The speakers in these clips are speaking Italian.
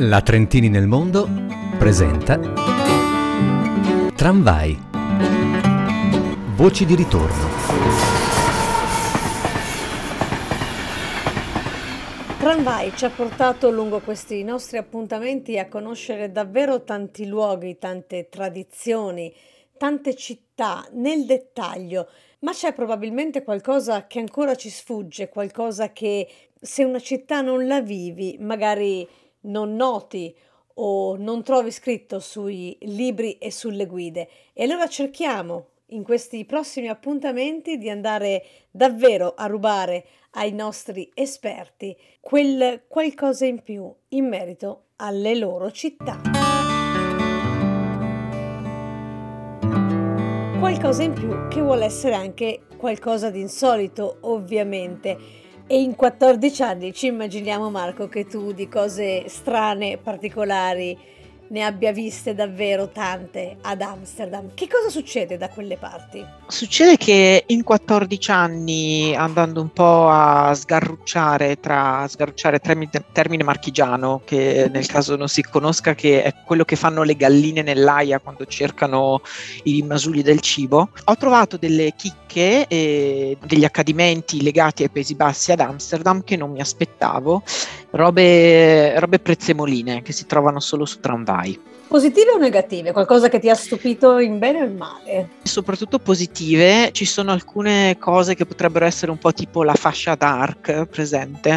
La Trentini nel mondo presenta Tramvai. Voci di ritorno. Tramvai ci ha portato lungo questi nostri appuntamenti a conoscere davvero tanti luoghi, tante tradizioni, tante città nel dettaglio, ma c'è probabilmente qualcosa che ancora ci sfugge, qualcosa che se una città non la vivi, magari non noti o non trovi scritto sui libri e sulle guide. E allora cerchiamo in questi prossimi appuntamenti di andare davvero a rubare ai nostri esperti quel qualcosa in più in merito alle loro città. Qualcosa in più che vuole essere anche qualcosa di insolito, ovviamente. E in 14 anni ci immaginiamo, Marco, che tu di cose strane, particolari, ne abbia viste davvero tante ad Amsterdam. Che cosa succede da quelle parti? Succede che in 14 anni, andando un po' a sgarrucciare termine marchigiano, che nel caso non si conosca, che è quello che fanno le galline nell'aia quando cercano i rimasugli del cibo, ho trovato delle chicche e degli accadimenti legati ai Paesi Bassi ad Amsterdam che non mi aspettavo, robe prezzemoline che si trovano solo su Tramvai. Positive o negative? Qualcosa che ti ha stupito in bene o in male? Soprattutto positive. Ci sono alcune cose che potrebbero essere un po' tipo la fascia dark presente,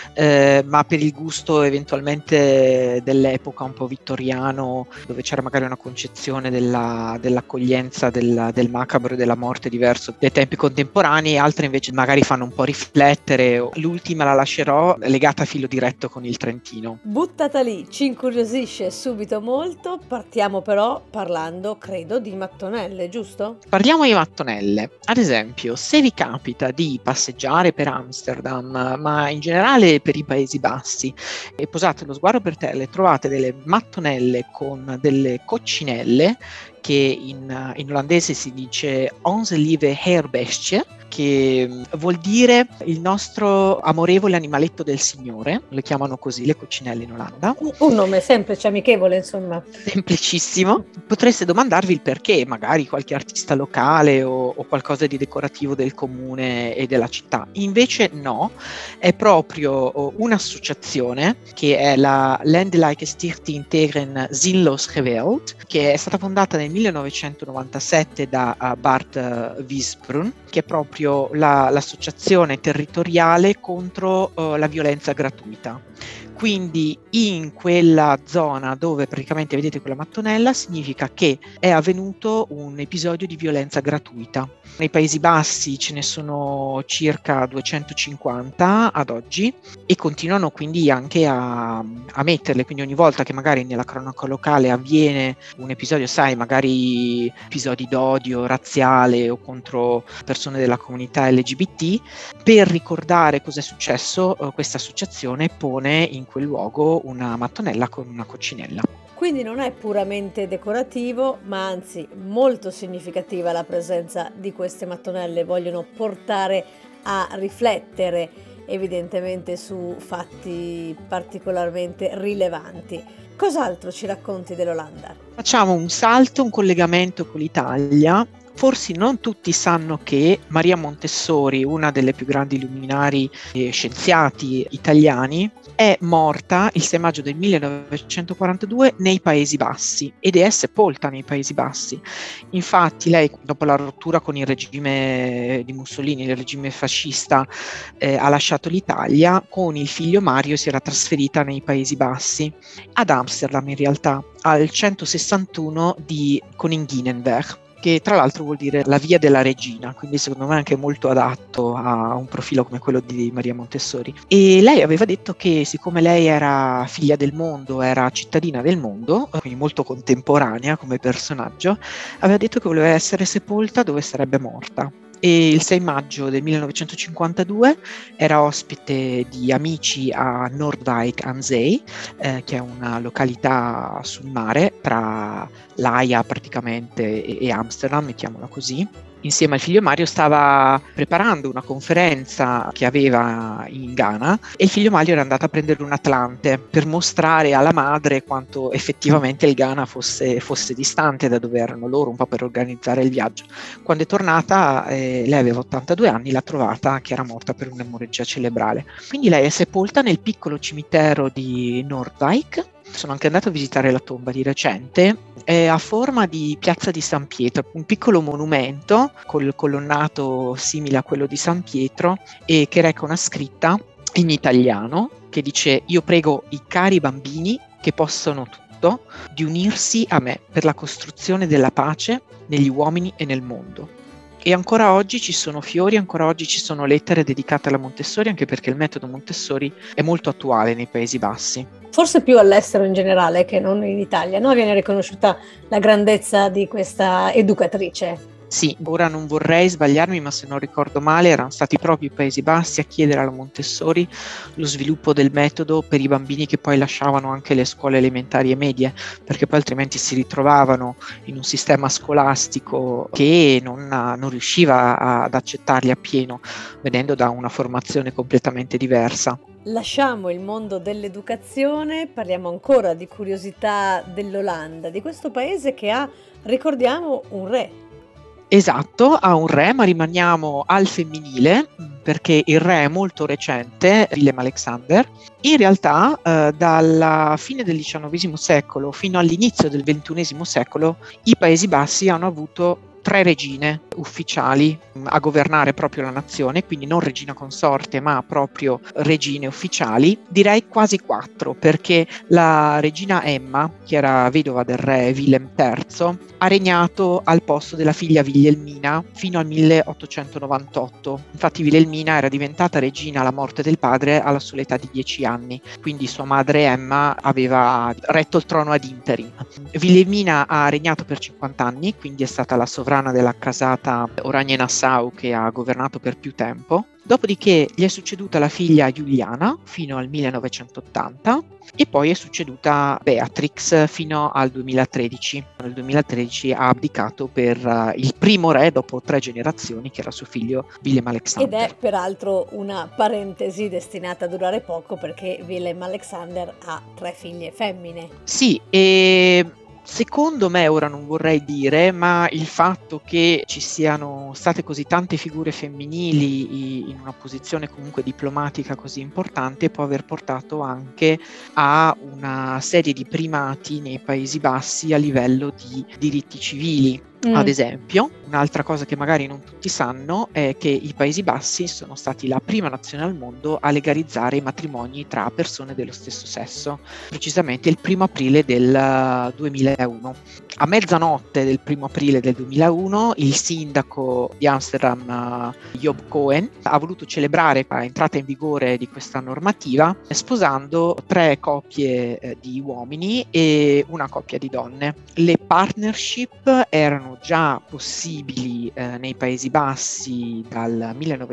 ma per il gusto eventualmente dell'epoca un po' vittoriano, dove c'era magari una concezione dell'accoglienza, del macabro e della morte diverso dai tempi contemporanei, altre invece magari fanno un po' riflettere. L'ultima la lascerò legata a filo diretto con il Trentino. Buttata lì, ci incuriosisce subito molto. Partiamo però parlando, credo, di mattonelle, giusto? Parliamo di mattonelle. Ad esempio, se vi capita di passeggiare per Amsterdam, ma in generale per i Paesi Bassi, e posate lo sguardo per terra e trovate delle mattonelle con delle coccinelle, che in olandese si dice onze lieve heerbestje, che vuol dire il nostro amorevole animaletto del Signore, lo chiamano così le coccinelle in Olanda. Un nome semplice, amichevole, insomma. Semplicissimo. Potreste domandarvi il perché, magari qualche artista locale o qualcosa di decorativo del comune e della città. Invece no, è proprio un'associazione che è la Landelijke Stichting tegen Zinloos Geweld, che è stata fondata nel 1997 da Bart Wiesbrun, che è proprio l'associazione territoriale contro la violenza gratuita. Quindi in quella zona dove praticamente vedete quella mattonella significa che è avvenuto un episodio di violenza gratuita. Nei Paesi Bassi ce ne sono circa 250 ad oggi e continuano quindi anche a metterle, quindi ogni volta che magari nella cronaca locale avviene un episodio, sai, magari episodi d'odio razziale o contro persone della comunità LGBT, per ricordare cosa è successo, questa associazione pone in quel luogo una mattonella con una coccinella. Quindi non è puramente decorativo, ma anzi molto significativa la presenza di queste mattonelle. Vogliono portare a riflettere evidentemente su fatti particolarmente rilevanti. Cos'altro ci racconti dell'Olanda? Facciamo un salto, un collegamento con l'Italia. Forse non tutti sanno che Maria Montessori, una delle più grandi luminari e scienziati italiani, è morta il 6 maggio del 1942 nei Paesi Bassi ed è sepolta nei Paesi Bassi. Infatti lei, dopo la rottura con il regime di Mussolini, il regime fascista, ha lasciato l'Italia. Con il figlio Mario si era trasferita nei Paesi Bassi, ad Amsterdam in realtà, al 161 di Koninginnenweg, che tra l'altro vuol dire la via della regina, quindi secondo me è anche molto adatto a un profilo come quello di Maria Montessori. E lei aveva detto che siccome lei era figlia del mondo, era cittadina del mondo, quindi molto contemporanea come personaggio, aveva detto che voleva essere sepolta dove sarebbe morta. E il 6 maggio del 1952 era ospite di amici a Noordwijk aan Zee, che è una località sul mare tra l'Aia praticamente e Amsterdam, mettiamola così. insieme al figlio Mario stava preparando una conferenza che aveva in Ghana e il figlio Mario era andato a prendere un Atlante per mostrare alla madre quanto effettivamente il Ghana fosse distante da dove erano loro, un po' per organizzare il viaggio. Quando è tornata, lei aveva 82 anni, l'ha trovata che era morta per un'emorragia cerebrale. Quindi lei è sepolta nel piccolo cimitero di Noordwijk. Sono anche andato a visitare la tomba di recente, è a forma di piazza di San Pietro, un piccolo monumento col colonnato simile a quello di San Pietro e che reca una scritta in italiano che dice: io prego i cari bambini che possono tutto di unirsi a me per la costruzione della pace negli uomini e nel mondo. E ancora oggi ci sono fiori, ancora oggi ci sono lettere dedicate alla Montessori, anche perché il metodo Montessori è molto attuale nei Paesi Bassi. Forse più all'estero in generale che non in Italia, no? Viene riconosciuta la grandezza di questa educatrice. Sì, ora non vorrei sbagliarmi, ma se non ricordo male erano stati proprio i Paesi Bassi a chiedere alla Montessori lo sviluppo del metodo per i bambini che poi lasciavano anche le scuole elementari e medie, perché poi altrimenti si ritrovavano in un sistema scolastico che non riusciva ad accettarli appieno, venendo da una formazione completamente diversa. Lasciamo il mondo dell'educazione, parliamo ancora di curiosità dell'Olanda, di questo paese che ha, ricordiamo, un re. Esatto, ha un re, ma rimaniamo al femminile perché il re è molto recente, Willem-Alexander. In realtà dalla fine del XIX secolo fino all'inizio del XXI secolo i Paesi Bassi hanno avuto 3 regine ufficiali a governare proprio la nazione, quindi non regina consorte ma proprio regine ufficiali, direi quasi 4, perché la regina Emma, che era vedova del re Willem III, ha regnato al posto della figlia Wilhelmina fino al 1898. Infatti Wilhelmina era diventata regina alla morte del padre alla sola età di 10 anni, quindi sua madre Emma aveva retto il trono ad interim. Wilhelmina ha regnato per 50 anni, quindi è stata la sovrana della casata Oranje-Nassau che ha governato per più tempo. Dopodiché gli è succeduta la figlia Giuliana fino al 1980 e poi è succeduta Beatrix fino al 2013. Nel 2013 ha abdicato per il primo re dopo 3 generazioni, che era suo figlio Willem-Alexander. Ed è peraltro una parentesi destinata a durare poco, perché Willem-Alexander ha 3 figlie femmine. Sì, e secondo me, ora non vorrei dire, ma il fatto che ci siano state così tante figure femminili in una posizione comunque diplomatica così importante può aver portato anche a una serie di primati nei Paesi Bassi a livello di diritti civili. Ad esempio, un'altra cosa che magari non tutti sanno è che i Paesi Bassi sono stati la prima nazione al mondo a legalizzare i matrimoni tra persone dello stesso sesso, precisamente il 1 aprile del 2001. A mezzanotte del 1 aprile del 2001 il sindaco di Amsterdam, Job Cohen, ha voluto celebrare l'entrata in vigore di questa normativa sposando 3 coppie di uomini e una coppia di donne. Le partnership erano già possibili nei Paesi Bassi dal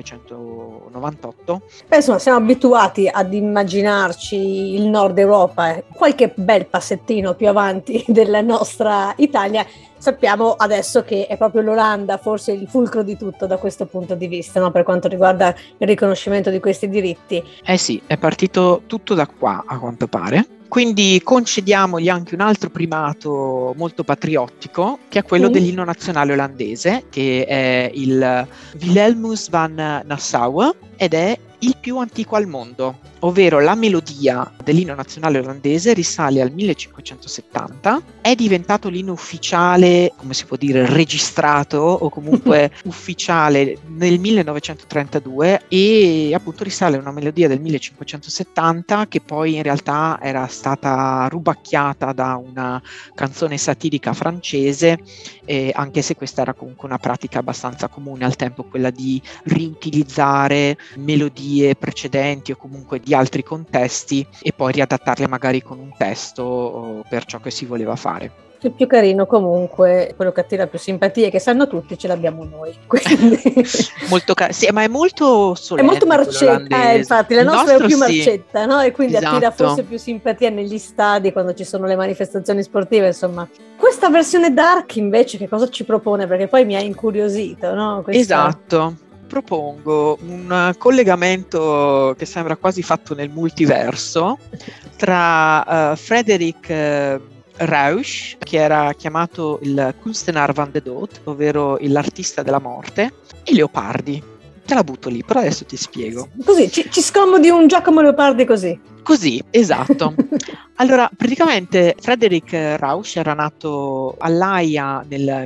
1998. Beh, insomma, siamo abituati ad immaginarci il Nord Europa, qualche bel passettino più avanti della nostra Italia. Sappiamo adesso che è proprio l'Olanda forse il fulcro di tutto da questo punto di vista, no? Per quanto riguarda il riconoscimento di questi diritti. Eh sì, è partito tutto da qua, a quanto pare. Quindi concediamogli anche un altro primato molto patriottico, che è quello dell'inno nazionale olandese, che è il Wilhelmus van Nassau, ed è il più antico al mondo, ovvero la melodia dell'inno nazionale olandese risale al 1570, è diventato l'inno ufficiale, come si può dire, registrato o comunque ufficiale nel 1932 e appunto risale a una melodia del 1570 che poi in realtà era stata rubacchiata da una canzone satirica francese, anche se questa era comunque una pratica abbastanza comune al tempo, quella di riutilizzare melodie precedenti o comunque di altri contesti e poi riadattarle magari con un testo per ciò che si voleva fare. Il più carino comunque, quello che attira più simpatie, che sanno tutti, ce l'abbiamo noi. Quindi... sì, ma è molto solenne. È molto marcetta, infatti, la nostra è più marcetta, no? E quindi attira forse più simpatia negli stadi quando ci sono le manifestazioni sportive, insomma. Questa versione dark invece che cosa ci propone? Perché poi mi ha incuriosito, no? Esatto. Propongo un collegamento che sembra quasi fatto nel multiverso tra Frederick Rausch, che era chiamato il Kunstenaar van de Dood, ovvero l'artista della morte, e Leopardi. Te la butto lì, però adesso ti spiego. Così, ci scomodi un Giacomo Leopardi così. Così, esatto. Allora, praticamente Frederick Rausch era nato all'Aia nel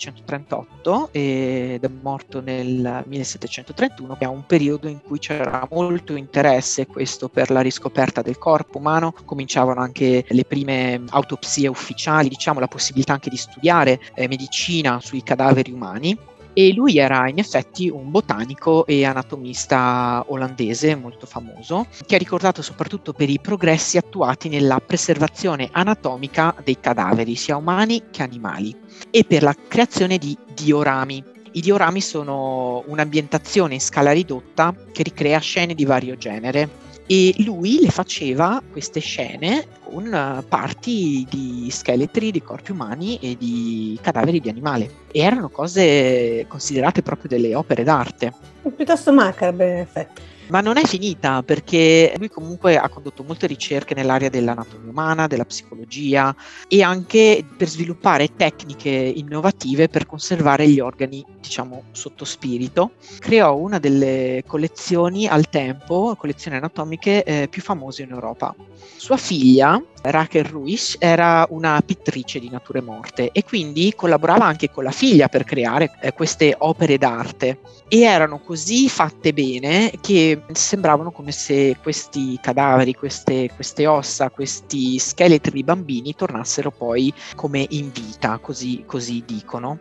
1638 ed è morto nel 1731, che è un periodo in cui c'era molto interesse questo per la riscoperta del corpo umano. Cominciavano anche le prime autopsie ufficiali, diciamo, la possibilità anche di studiare medicina sui cadaveri umani. E lui era in effetti un botanico e anatomista olandese molto famoso, che è ricordato soprattutto per i progressi attuati nella preservazione anatomica dei cadaveri, sia umani che animali, e per la creazione di diorami. I diorami sono un'ambientazione in scala ridotta che ricrea scene di vario genere. E lui le faceva queste scene con parti di scheletri, di corpi umani e di cadaveri di animali. E erano cose considerate proprio delle opere d'arte. Piuttosto macabre, in effetti. Ma non è finita, perché lui comunque ha condotto molte ricerche nell'area dell'anatomia umana, della psicologia e anche per sviluppare tecniche innovative per conservare gli organi, diciamo, sotto spirito. Creò una delle collezioni al tempo, collezioni anatomiche più famose in Europa. Sua figlia, Raquel Ruiz, era una pittrice di nature morte e quindi collaborava anche con la figlia per creare queste opere d'arte, e erano così fatte bene che sembravano come se questi cadaveri, queste ossa, questi scheletri di bambini tornassero poi come in vita, così dicono.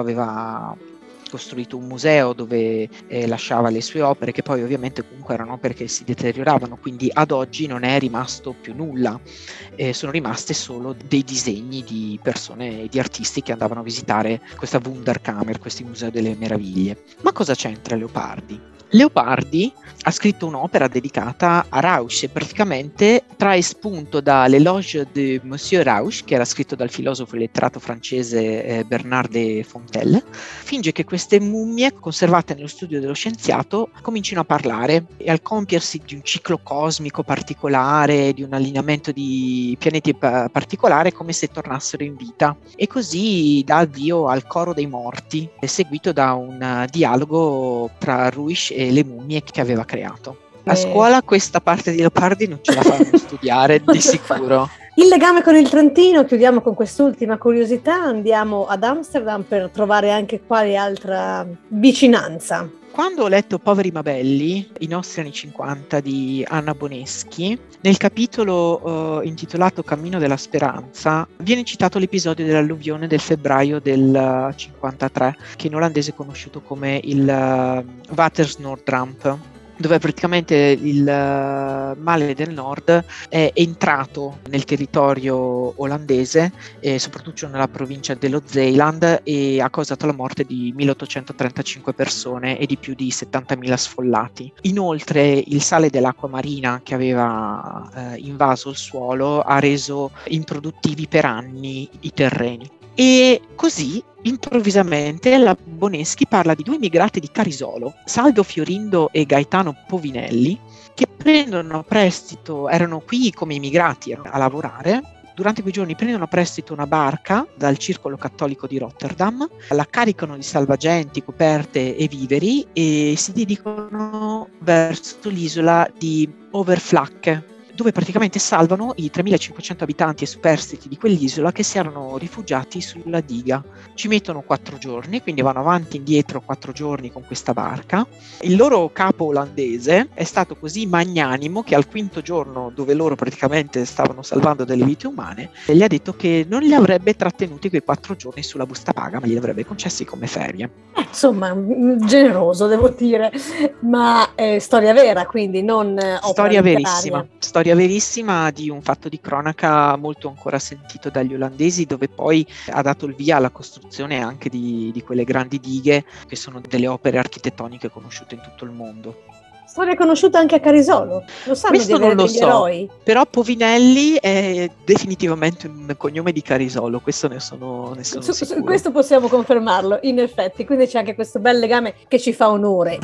Aveva costruito un museo dove lasciava le sue opere, che poi ovviamente comunque erano opere che si deterioravano, quindi ad oggi non è rimasto più nulla, sono rimaste solo dei disegni di persone, di artisti che andavano a visitare questa Wunderkammer, questi musei delle meraviglie. Ma cosa c'entra Leopardi? Leopardi ha scritto un'opera dedicata a Rausch e praticamente trae spunto da L'Éloge de Monsieur Rausch, che era scritto dal filosofo e letterato francese Bernard de Fontelle. Finge che queste mummie conservate nello studio dello scienziato comincino a parlare, e al compiersi di un ciclo cosmico particolare, di un allineamento di pianeti particolare, come se tornassero in vita, e così dà avvio al coro dei morti, seguito da un dialogo tra Rausch e le mummie che aveva creato. A scuola questa parte di Leopardi non ce la fanno studiare di sicuro. Il legame con il Trentino, chiudiamo con quest'ultima curiosità, andiamo ad Amsterdam per trovare anche quale altra vicinanza. Quando ho letto Poveri ma belli, i nostri anni 50 di Anna Boneschi, nel capitolo intitolato Cammino della Speranza, viene citato l'episodio dell'alluvione del febbraio del 53, che in olandese è conosciuto come il Watersnoodramp, dove praticamente il mare del nord è entrato nel territorio olandese, soprattutto nella provincia dello Zeeland, e ha causato la morte di 1835 persone e di più di 70.000 sfollati. Inoltre il sale dell'acqua marina che aveva invaso il suolo ha reso improduttivi per anni i terreni. E così improvvisamente la Boneschi parla di due immigrati di Carisolo, Saldo Fiorindo e Gaetano Povinelli, che prendono a prestito, erano qui come immigrati a lavorare. Durante quei giorni prendono a prestito una barca dal Circolo Cattolico di Rotterdam, la caricano di salvagenti, coperte e viveri e si dedicano verso l'isola di Overflakke, dove praticamente salvano i 3.500 abitanti e superstiti di quell'isola che si erano rifugiati sulla diga. Ci mettono 4 giorni, quindi vanno avanti e indietro 4 giorni con questa barca. Il loro capo olandese è stato così magnanimo che al 5° giorno, dove loro praticamente stavano salvando delle vite umane, gli ha detto che non li avrebbe trattenuti quei 4 giorni sulla busta paga, ma li avrebbe concessi come ferie. Insomma, generoso devo dire, ma storia vera, quindi non opera storia letteraria. verissima, storia storia verissima di un fatto di cronaca molto ancora sentito dagli olandesi, dove poi ha dato il via alla costruzione anche di quelle grandi dighe che sono delle opere architettoniche conosciute in tutto il mondo. Storia conosciuta anche a Carisolo, lo sanno Questo di avere non lo degli so, eroi? però Povinelli è definitivamente un cognome di Carisolo, questo ne sono Su sicuro. questo possiamo confermarlo, in effetti, quindi c'è anche questo bel legame che ci fa onore.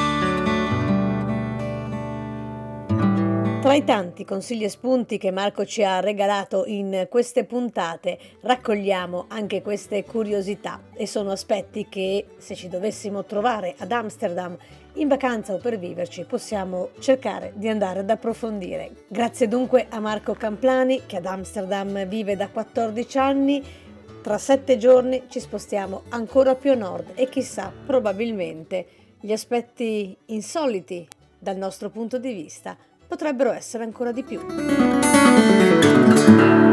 Tra i tanti consigli e spunti che Marco ci ha regalato in queste puntate, raccogliamo anche queste curiosità e sono aspetti che, se ci dovessimo trovare ad Amsterdam in vacanza o per viverci, possiamo cercare di andare ad approfondire. Grazie dunque a Marco Camplani, che ad Amsterdam vive da 14 anni. Tra 7 giorni ci spostiamo ancora più a nord e chissà, probabilmente gli aspetti insoliti dal nostro punto di vista potrebbero essere ancora di più.